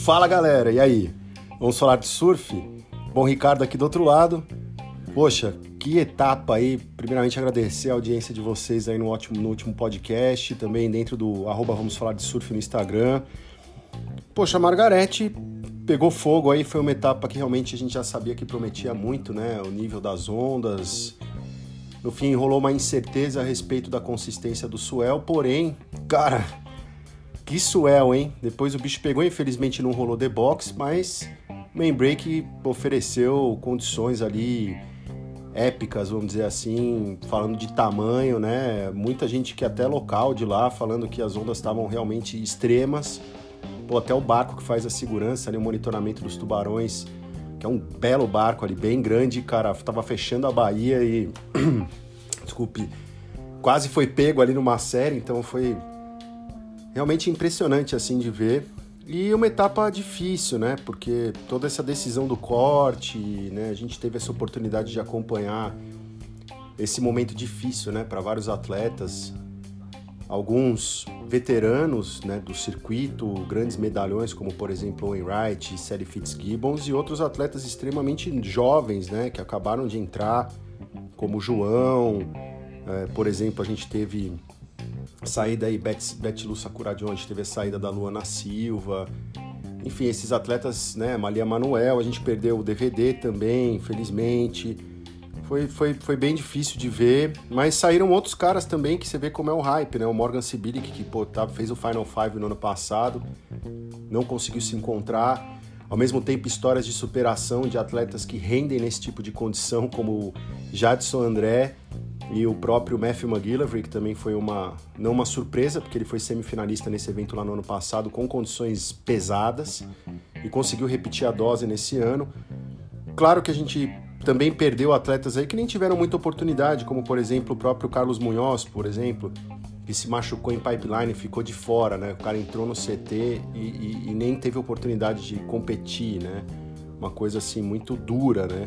Fala galera, e aí? Vamos falar de surf? Bom, Ricardo aqui do outro lado. Poxa, que etapa aí. Primeiramente agradecer a audiência de vocês aí no último podcast, também dentro do @Vamos Falar de Surf no Instagram. Poxa, a Margarete pegou fogo aí, foi uma etapa que realmente a gente já sabia que prometia muito, né? O nível das ondas. No fim, rolou uma incerteza a respeito da consistência do swell, porém, cara, que swell, hein? Depois o bicho pegou, infelizmente não rolou the box, mas o main break ofereceu condições ali épicas, vamos dizer assim, falando de tamanho, né? Muita gente que até local de lá, falando que as ondas estavam realmente extremas. Pô, até o barco que faz a segurança ali, o monitoramento dos tubarões, que é um belo barco ali, bem grande, cara, tava fechando a baía e... Desculpe, quase foi pego ali numa série, então foi realmente impressionante, assim, de ver. E uma etapa difícil, né, porque toda essa decisão do corte, né, a gente teve essa oportunidade de acompanhar esse momento difícil, né, para vários atletas, alguns veteranos, né, do circuito, grandes medalhões, como por exemplo Owen Wright, Sally Fitzgibbons, e outros atletas extremamente jovens, né, que acabaram de entrar, como o João, por exemplo, a gente teve saída aí, Betilu Sakuradion, a gente teve a saída da Luana Silva, enfim, esses atletas, né, Malia Manuel, a gente perdeu o DVD também, infelizmente, foi bem difícil de ver, mas saíram outros caras também que você vê como é o hype, né, o Morgan Sibilic, que fez o Final Five no ano passado, não conseguiu se encontrar, ao mesmo tempo histórias de superação de atletas que rendem nesse tipo de condição, como o Jadson André e o próprio Matthew McGillivray, que também foi não uma surpresa, porque ele foi semifinalista nesse evento lá no ano passado, com condições pesadas, e conseguiu repetir a dose nesse ano. Claro que a gente também perdeu atletas aí que nem tiveram muita oportunidade, como por exemplo o próprio Carlos Munhoz, por exemplo, que se machucou em pipeline e ficou de fora, né? O cara entrou no CT e nem teve oportunidade de competir, né? Uma coisa assim muito dura, né?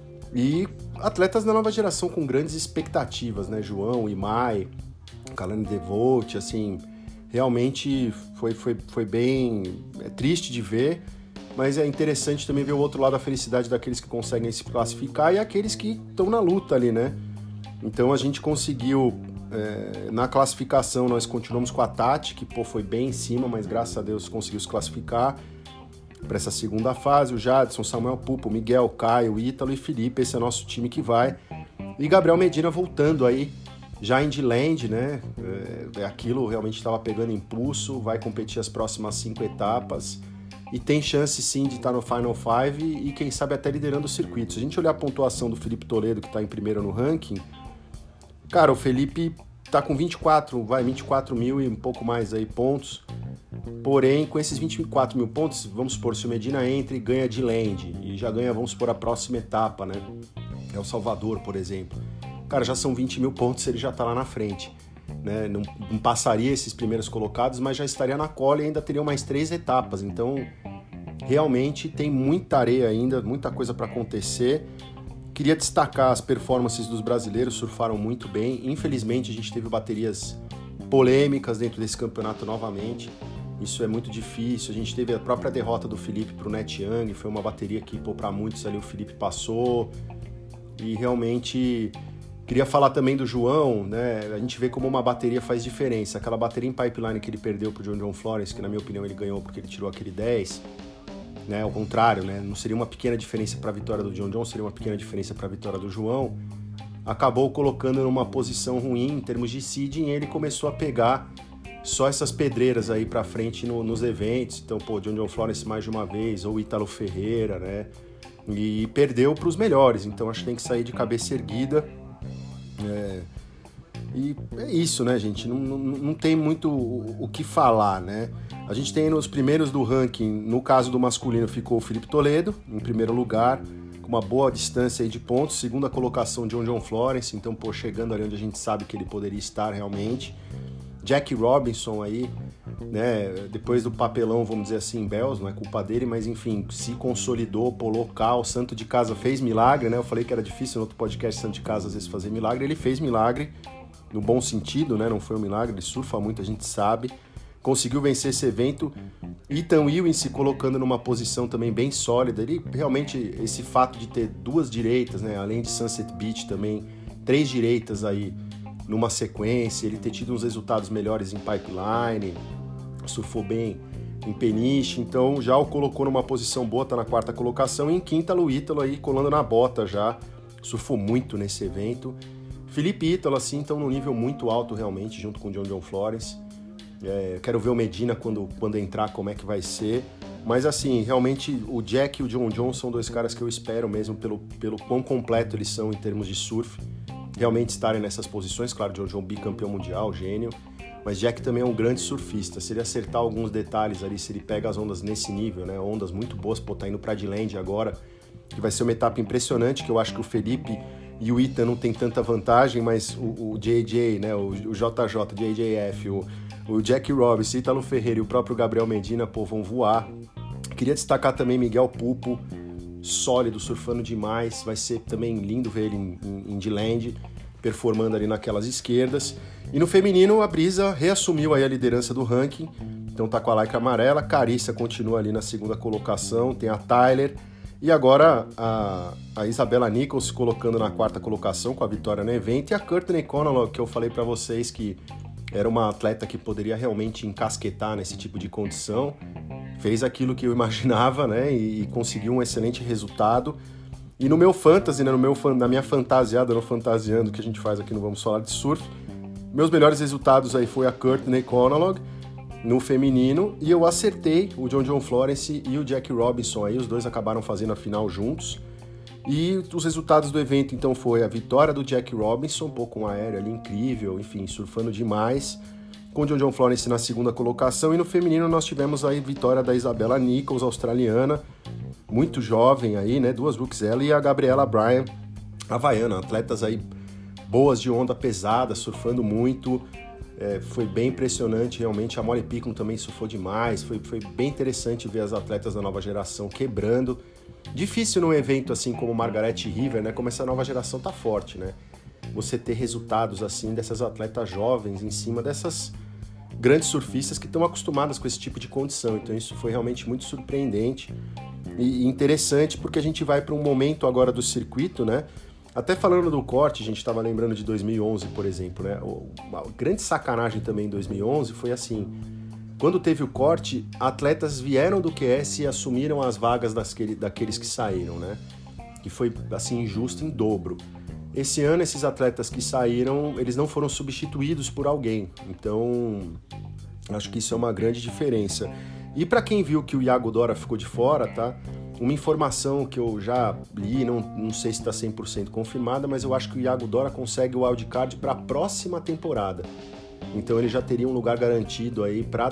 E atletas da nova geração com grandes expectativas, né? João, Imai, Kalani Devote, assim, realmente foi bem triste de ver, mas é interessante também ver o outro lado da felicidade daqueles que conseguem se classificar e aqueles que estão na luta ali, né? Então a gente conseguiu, na classificação nós continuamos com a Tati, que foi bem em cima, mas graças a Deus conseguiu se classificar para essa segunda fase. O Jadson, Samuel Pupo, Miguel, Caio, Ítalo e Felipe, esse é nosso time que vai. E Gabriel Medina voltando aí, já em D-Land, né? Aquilo realmente estava pegando impulso, vai competir as próximas 5 etapas e tem chance sim de estar no Final Five e quem sabe até liderando o circuito. Se a gente olhar a pontuação do Felipe Toledo, que está em primeiro no ranking, cara, o Felipe tá com 24 mil e um pouco mais aí pontos, porém com esses 24 mil pontos, vamos supor, se o Medina entra e ganha de land, e já ganha, vamos supor, a próxima etapa, né, é o Salvador, por exemplo, cara, já são 20 mil pontos, ele já tá lá na frente, né, não passaria esses primeiros colocados, mas já estaria na cola e ainda teria mais 3 etapas, então realmente tem muita areia ainda, muita coisa para acontecer. Queria destacar as performances dos brasileiros, surfaram muito bem. Infelizmente, a gente teve baterias polêmicas dentro desse campeonato novamente. Isso é muito difícil. A gente teve a própria derrota do Felipe para o Net Young. Foi uma bateria que, para muitos ali, o Felipe passou. E realmente, queria falar também do João, né? A gente vê como uma bateria faz diferença. Aquela bateria em pipeline que ele perdeu para o John Florence, que na minha opinião ele ganhou porque ele tirou aquele 10... né, ao contrário, né, não seria uma pequena diferença para a vitória do John, seria uma pequena diferença para a vitória do João, acabou colocando numa posição ruim em termos de seeding e ele começou a pegar só essas pedreiras aí para frente nos eventos. Então, John Florence mais de uma vez, ou Ítalo Ferreira, né, e perdeu para os melhores, então acho que tem que sair de cabeça erguida. E é isso, né, gente? Não tem muito o que falar, né? A gente tem nos primeiros do ranking, no caso do masculino, ficou o Felipe Toledo, em primeiro lugar, com uma boa distância aí de pontos. Segunda colocação, John Florence, então, chegando ali onde a gente sabe que ele poderia estar realmente. Jack Robinson aí, né? Depois do papelão, vamos dizer assim, em Bells, não é culpa dele, mas enfim, se consolidou, local, Santo de Casa fez milagre, né? Eu falei que era difícil no outro podcast Santo de Casa às vezes fazer milagre, ele fez milagre, no bom sentido, né? Não foi um milagre, ele surfa muito, a gente sabe. conseguiu vencer esse evento. Ethan Ewing se colocando numa posição também bem sólida. Ele realmente, esse fato de ter 2 direitas, né, além de Sunset Beach também, 3 direitas aí numa sequência, ele ter tido uns resultados melhores em pipeline, surfou bem em peniche, então já o colocou numa posição boa, tá na 4ª colocação, e em 5ª o Ítalo aí colando na bota já, surfou muito nesse evento. Felipe e Ítalo assim estão num nível muito alto realmente, junto com o John Florence. Quero ver o Medina quando entrar, como é que vai ser, mas assim, realmente o Jack e o John são 2 caras que eu espero mesmo pelo quão completo eles são em termos de surf, realmente estarem nessas posições. Claro, John bicampeão mundial, gênio, mas Jack também é um grande surfista. Se ele acertar alguns detalhes ali, se ele pega as ondas nesse nível, né, ondas muito boas, tá indo pra D-Land agora, que vai ser uma etapa impressionante, que eu acho que o Felipe e o Ethan não tem tanta vantagem, mas o JJ, né, o JJ, JJF, o Jack Robinson, Ítalo Ferreira e o próprio Gabriel Medina, vão voar. Queria destacar também Miguel Pupo, sólido, surfando demais, vai ser também lindo ver ele em D-Land, performando ali naquelas esquerdas. E no feminino, a Brisa reassumiu aí a liderança do ranking, então tá com a lycra amarela, Carissa continua ali na 2ª colocação, tem a Tyler, e agora a Isabella Nichols se colocando na 4ª colocação com a vitória no evento, e a Courtney Conalog, que eu falei para vocês que era uma atleta que poderia realmente encasquetar nesse tipo de condição, fez aquilo que eu imaginava, né, e conseguiu um excelente resultado. E no meu fantasy, né, na minha fantasiada, no Fantasiando, que a gente faz aqui no Vamos Falar de Surf, meus melhores resultados aí foi a Courtney Conalog no feminino, e eu acertei o John Florence e o Jack Robinson, aí os 2 acabaram fazendo a final juntos. E os resultados do evento, então, foi a vitória do Jack Robinson, com um aéreo ali incrível, enfim, surfando demais, com o John Florence na 2ª colocação, e no feminino nós tivemos a vitória da Isabella Nichols, australiana, muito jovem aí, né, 2 rookies, ela e a Gabriela Bryan, havaiana, atletas aí boas de onda pesada, surfando muito, foi bem impressionante realmente. A Molly Picon também surfou demais, foi bem interessante ver as atletas da nova geração quebrando. Difícil num evento assim como Margaret River, né, como essa nova geração tá forte, né, você ter resultados assim dessas atletas jovens em cima dessas grandes surfistas que estão acostumadas com esse tipo de condição. Então isso foi realmente muito surpreendente e interessante, porque a gente vai para um momento agora do circuito, né? Até falando do corte, a gente estava lembrando de 2011, por exemplo, né? Uma grande sacanagem também em 2011 foi assim, quando teve o corte, atletas vieram do QS e assumiram as vagas daqueles que saíram, né? Que foi assim injusto em dobro. Esse ano, esses atletas que saíram, eles não foram substituídos por alguém. Então, acho que isso é uma grande diferença. E para quem viu que o Iago Dora ficou de fora, tá? Uma informação que eu já li, não sei se está 100% confirmada, mas eu acho que o Iago Dora consegue o wildcard para a próxima temporada. Então ele já teria um lugar garantido aí para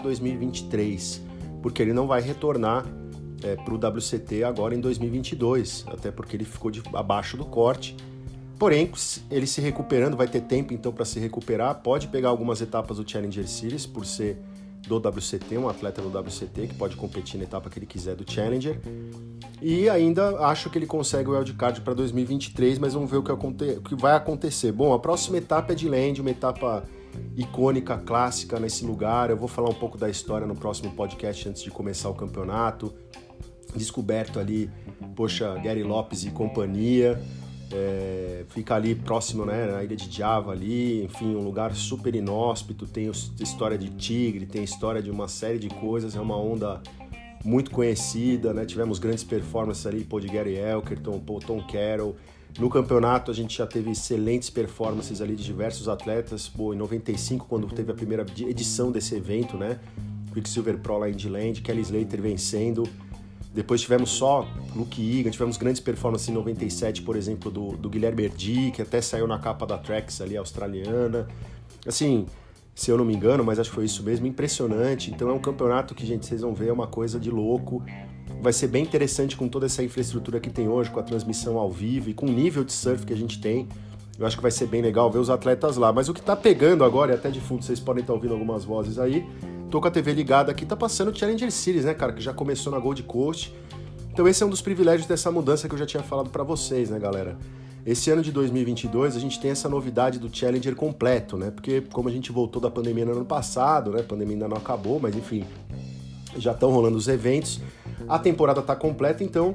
2023, porque ele não vai retornar para o WCT agora em 2022, até porque ele ficou abaixo do corte. Porém, ele se recuperando, vai ter tempo então para se recuperar, pode pegar algumas etapas do Challenger Series, por ser do WCT, um atleta do WCT que pode competir na etapa que ele quiser do Challenger. E ainda acho que ele consegue o wildcard para 2023, mas vamos ver o que vai acontecer. Bom, a próxima etapa é de Land, uma etapa icônica, clássica nesse lugar. Eu vou falar um pouco da história no próximo podcast antes de começar o campeonato. Descoberto ali, Gary Lopes e companhia. Fica ali próximo, né, na ilha de Java ali, enfim, um lugar super inóspito, tem história de tigre, tem história de uma série de coisas, é uma onda muito conhecida, né, tivemos grandes performances ali, de Gary Elkerton, Tom Carroll. No campeonato a gente já teve excelentes performances ali de diversos atletas, em 95, quando teve a primeira edição desse evento, né, Quicksilver Pro lá em D-Land, Kelly Slater vencendo. Depois tivemos só Luke Egan, tivemos grandes performances em 97, por exemplo, do Guilherme Erdi, que até saiu na capa da Trax ali, australiana. Assim, se eu não me engano, mas acho que foi isso mesmo, impressionante. Então é um campeonato que, gente, vocês vão ver, é uma coisa de louco. Vai ser bem interessante com toda essa infraestrutura que tem hoje, com a transmissão ao vivo e com o nível de surf que a gente tem. Eu acho que vai ser bem legal ver os atletas lá. Mas o que tá pegando agora, e até de fundo vocês podem estar ouvindo algumas vozes aí, tô com a TV ligada aqui, tá passando o Challenger Series, né, cara, que já começou na Gold Coast. Então esse é um dos privilégios dessa mudança que eu já tinha falado pra vocês, né, galera? esse ano de 2022 a gente tem essa novidade do Challenger completo, né? Porque como a gente voltou da pandemia no ano passado, né? A pandemia ainda não acabou, mas enfim, já estão rolando os eventos. A temporada está completa, então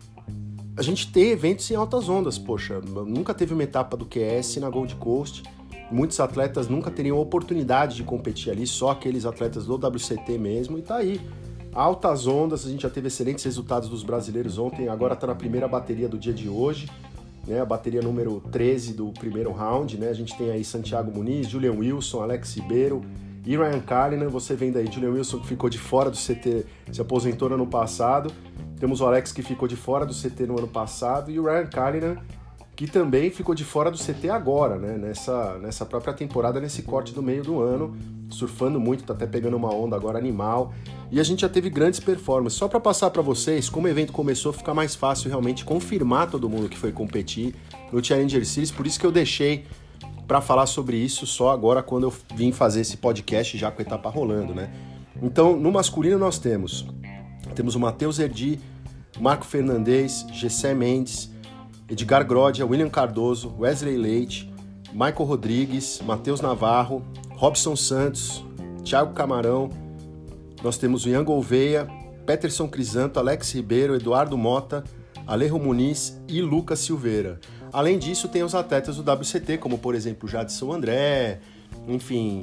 a gente tem eventos em altas ondas. Poxa, nunca teve uma etapa do QS na Gold Coast. Muitos atletas nunca teriam oportunidade de competir ali, só aqueles atletas do WCT mesmo, e tá aí. Altas ondas, a gente já teve excelentes resultados dos brasileiros ontem, agora tá na primeira bateria do dia de hoje, né? A bateria número 13 do primeiro round, né? A gente tem aí Santiago Muniz, Julian Wilson, Alex Ribeiro e Ryan Callinan. Você vendo aí Julian Wilson que ficou de fora do CT, se aposentou no ano passado. Temos o Alex que ficou de fora do CT no ano passado e o Ryan Callinan que também ficou de fora do CT agora, né? Nessa própria temporada, nesse corte do meio do ano, surfando muito, tá até pegando uma onda agora animal, e a gente já teve grandes performances. Só para passar para vocês, como o evento começou, fica mais fácil realmente confirmar todo mundo que foi competir no Challenger Series, por isso que eu deixei para falar sobre isso só agora quando eu vim fazer esse podcast já com a etapa rolando, né? Então, no masculino nós temos o Matheus Erdi, Marco Fernandes, Gessé Mendes, Edgar Grodia, William Cardoso, Wesley Leite, Michael Rodrigues, Matheus Navarro, Robson Santos, Thiago Camarão, nós temos o Ian Gouveia, Peterson Crisanto, Alex Ribeiro, Eduardo Mota, Alejo Muniz e Lucas Silveira. Além disso, tem os atletas do WCT, como por exemplo o Jadson André, enfim,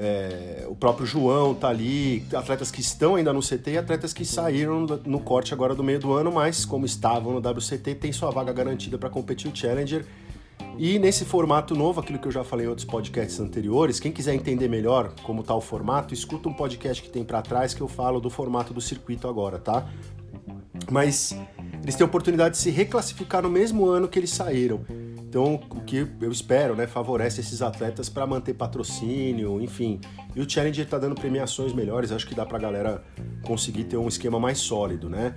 o próprio João tá ali, atletas que estão ainda no CT e atletas que saíram no corte agora do meio do ano, mas como estavam no WCT, tem sua vaga garantida para competir o Challenger. E nesse formato novo, aquilo que eu já falei em outros podcasts anteriores, quem quiser entender melhor como tá o formato, escuta um podcast que tem para trás que eu falo do formato do circuito agora, tá? Mas eles têm a oportunidade de se reclassificar no mesmo ano que eles saíram. Então, o que eu espero, né, favorece esses atletas para manter patrocínio, enfim. E o Challenger está dando premiações melhores, acho que dá para a galera conseguir ter um esquema mais sólido, né?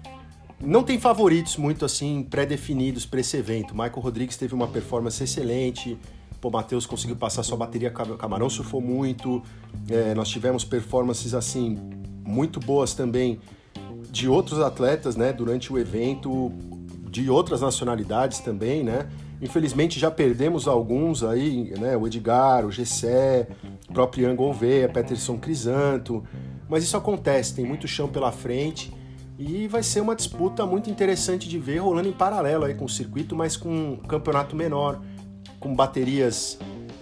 Não tem favoritos muito assim pré-definidos para esse evento. Michael Rodrigues teve uma performance excelente, o Matheus conseguiu passar sua bateria, Camarão surfou muito, nós tivemos performances assim muito boas também de outros atletas, né, durante o evento, de outras nacionalidades também, né? Infelizmente já perdemos alguns aí, né? O Edgar, o Gessé, o próprio Ian Gouveia, Peterson Crisanto, mas isso acontece, tem muito chão pela frente e vai ser uma disputa muito interessante de ver rolando em paralelo aí com o circuito, mas com um campeonato menor, com baterias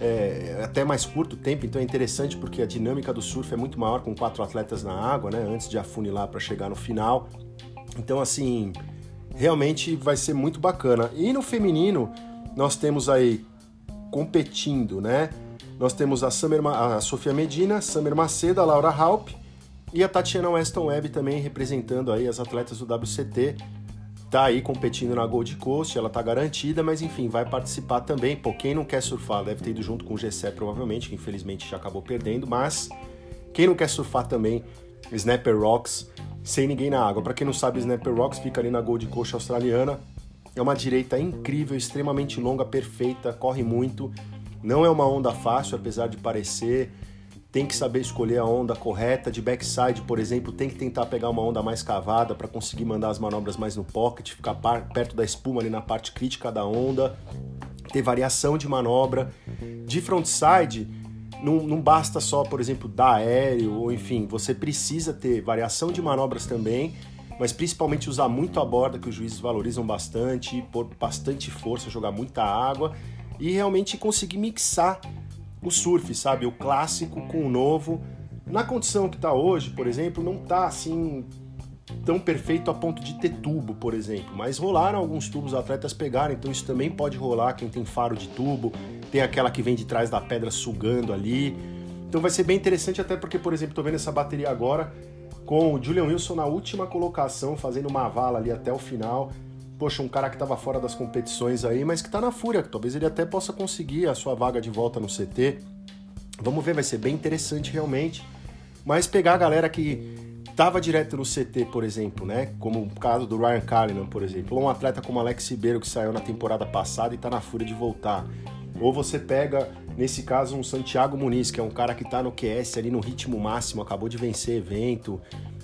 até mais curto tempo, então é interessante porque a dinâmica do surf é muito maior com 4 atletas na água, né? Antes de afunilar para chegar no final. Então assim, realmente vai ser muito bacana. E no feminino, nós temos aí competindo, né? Nós temos a Sofia Medina, Summer Macedo, a Laura Halp e a Tatiana Weston Webb também representando aí as atletas do WCT. Tá aí competindo na Gold Coast, ela tá garantida, mas enfim, vai participar também. Pô, quem não quer surfar deve ter ido junto com o Gessé provavelmente, que infelizmente já acabou perdendo, mas quem não quer surfar também, Snapper Rocks, sem ninguém na água. Para quem não sabe, Snapper Rocks fica ali na Gold Coast australiana. É uma direita incrível, extremamente longa, perfeita, corre muito. Não é uma onda fácil, apesar de parecer. Tem que saber escolher a onda correta. De backside, por exemplo, tem que tentar pegar uma onda mais cavada para conseguir mandar as manobras mais no pocket, ficar perto da espuma ali na parte crítica da onda. Ter variação de manobra. De frontside, não basta só, por exemplo, dar aéreo, ou enfim, você precisa ter variação de manobras também, mas principalmente usar muito a borda, que os juízes valorizam bastante, pôr bastante força, jogar muita água e realmente conseguir mixar o surf, sabe? O clássico com o novo. Na condição que está hoje, por exemplo, não está assim tão perfeito a ponto de ter tubo, por exemplo, mas rolaram alguns tubos, os atletas pegaram, então isso também pode rolar. Quem tem faro de tubo, tem aquela que vem de trás da pedra sugando ali, então vai ser bem interessante, até porque, por exemplo, tô vendo essa bateria agora com o Julian Wilson na última colocação, fazendo uma vala ali até o final. Poxa, um cara que estava fora das competições aí, mas que tá na fúria, talvez ele até possa conseguir a sua vaga de volta no CT. Vamos ver, vai ser bem interessante realmente, mas pegar a galera que estava direto no CT, por exemplo, né? Como o caso do Ryan Callinan, por exemplo, ou um atleta como Alex Ribeiro, que saiu na temporada passada e está na fúria de voltar. Ou você pega, nesse caso, um Santiago Muniz, que é um cara que está no QS ali no ritmo máximo, acabou de vencer evento,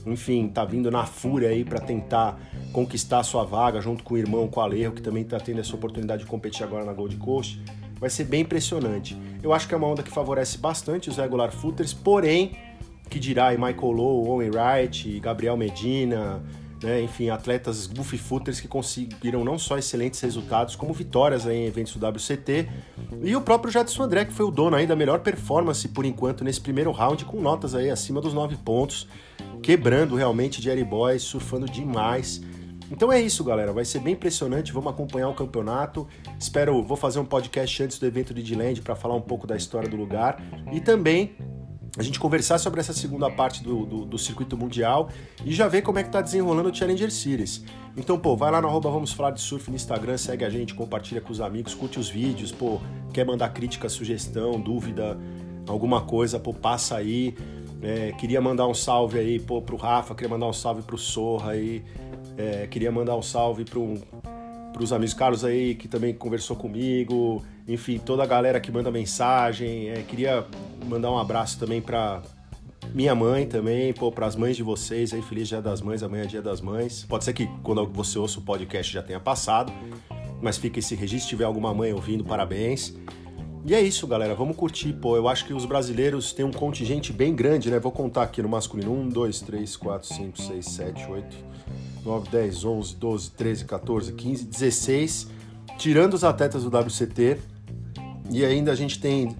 enfim, tá vindo na fúria aí para tentar conquistar a sua vaga junto com o irmão, com o Alejo, que também tá tendo essa oportunidade de competir agora na Gold Coast. Vai ser bem impressionante. Eu acho que é uma onda que favorece bastante os regular footers, porém, que dirá aí Michael Lowe, Owen Wright, Gabriel Medina, né, enfim, atletas goofy footers que conseguiram não só excelentes resultados, como vitórias aí em eventos do WCT, e o próprio Jetson André, que foi o dono aí da melhor performance por enquanto nesse primeiro round, com notas aí acima dos 9 pontos, quebrando realmente Jerry Boy, surfando demais. Então é isso, galera, vai ser bem impressionante, vamos acompanhar o campeonato, vou fazer um podcast antes do evento de D-Land para falar um pouco da história do lugar, e também a gente conversar sobre essa segunda parte do circuito mundial e já ver como é que tá desenrolando o Challenger Series. Então, vai lá no @Vamos Falar de Surf no Instagram, segue a gente, compartilha com os amigos, curte os vídeos, quer mandar crítica, sugestão, dúvida, alguma coisa, passa aí. Queria mandar um salve aí, pro Rafa, queria mandar um salve pro Sorra aí, queria mandar um salve pros amigos Carlos aí, que também conversou comigo, enfim, toda a galera que manda mensagem, queria mandar um abraço também pra minha mãe também, pras mães de vocês aí, feliz Dia das Mães, amanhã é Dia das Mães. Pode ser que quando você ouça o podcast já tenha passado, mas fica esse registro, se tiver alguma mãe ouvindo, parabéns. E é isso, galera, vamos curtir, eu acho que os brasileiros têm um contingente bem grande, né? Vou contar aqui no masculino, 1, 2, 3, 4, 5, 6, 7, 8, 9, 10, 11, 12, 13, 14, 15, 16, tirando os atletas do WCT, e ainda a gente temos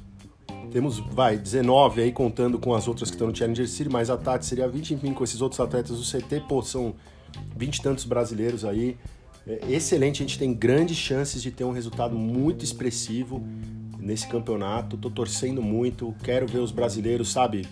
19 aí contando com as outras que estão no Challenger Series, mas a Tati seria 20, enfim, com esses outros atletas do CT, são 20 e tantos brasileiros aí, excelente, a gente tem grandes chances de ter um resultado muito expressivo nesse campeonato, tô torcendo muito, quero ver os brasileiros, sabe,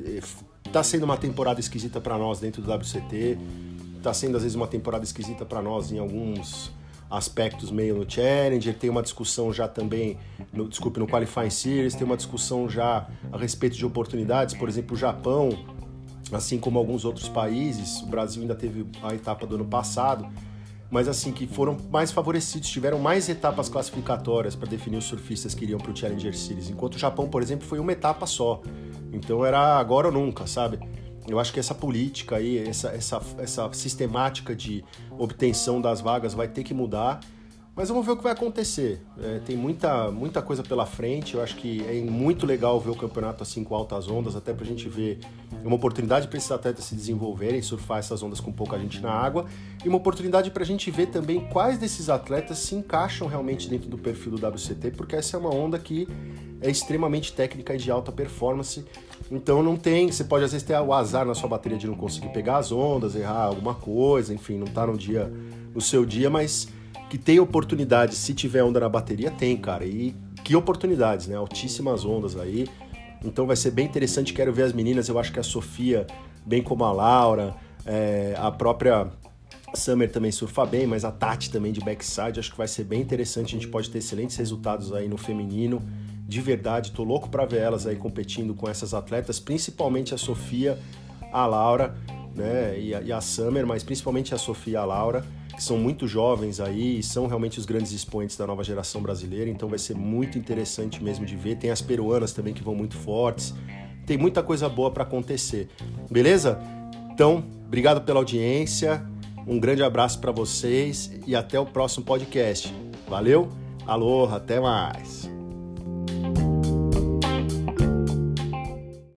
tá sendo uma temporada esquisita para nós dentro do WCT, tá sendo às vezes uma temporada esquisita para nós em alguns aspectos meio no Challenger, tem uma discussão já também, no Qualifying Series, tem uma discussão já a respeito de oportunidades, por exemplo, o Japão, assim como alguns outros países, o Brasil ainda teve a etapa do ano passado, mas assim, que foram mais favorecidos, tiveram mais etapas classificatórias para definir os surfistas que iriam para o Challenger Series, enquanto o Japão, por exemplo, foi uma etapa só, então era agora ou nunca, sabe? Eu acho que essa política aí, essa sistemática de obtenção das vagas vai ter que mudar, mas vamos ver o que vai acontecer. Tem muita coisa pela frente, eu acho que é muito legal ver o campeonato assim com altas ondas, até pra gente ver uma oportunidade para esses atletas se desenvolverem, surfar essas ondas com pouca gente na água, e uma oportunidade pra gente ver também quais desses atletas se encaixam realmente dentro do perfil do WCT, porque essa é uma onda que é extremamente técnica e de alta performance, então não tem, você pode às vezes ter o azar na sua bateria de não conseguir pegar as ondas, errar alguma coisa, enfim, não tá no seu dia, mas que tem oportunidade, se tiver onda na bateria, tem, cara, e que oportunidades, né, altíssimas ondas aí, então vai ser bem interessante, quero ver as meninas, eu acho que a Sofia, bem como a Laura, a própria Summer também surfa bem, mas a Tati também de backside, acho que vai ser bem interessante, a gente pode ter excelentes resultados aí no feminino, de verdade, tô louco pra ver elas aí competindo com essas atletas, principalmente a Sofia, a Laura, né, e a Summer, mas principalmente a Sofia e a Laura, que são muito jovens aí e são realmente os grandes expoentes da nova geração brasileira, então vai ser muito interessante mesmo de ver. Tem as peruanas também que vão muito fortes, tem muita coisa boa para acontecer, beleza? Então, obrigado pela audiência, um grande abraço para vocês e até o próximo podcast. Valeu, aloha, até mais!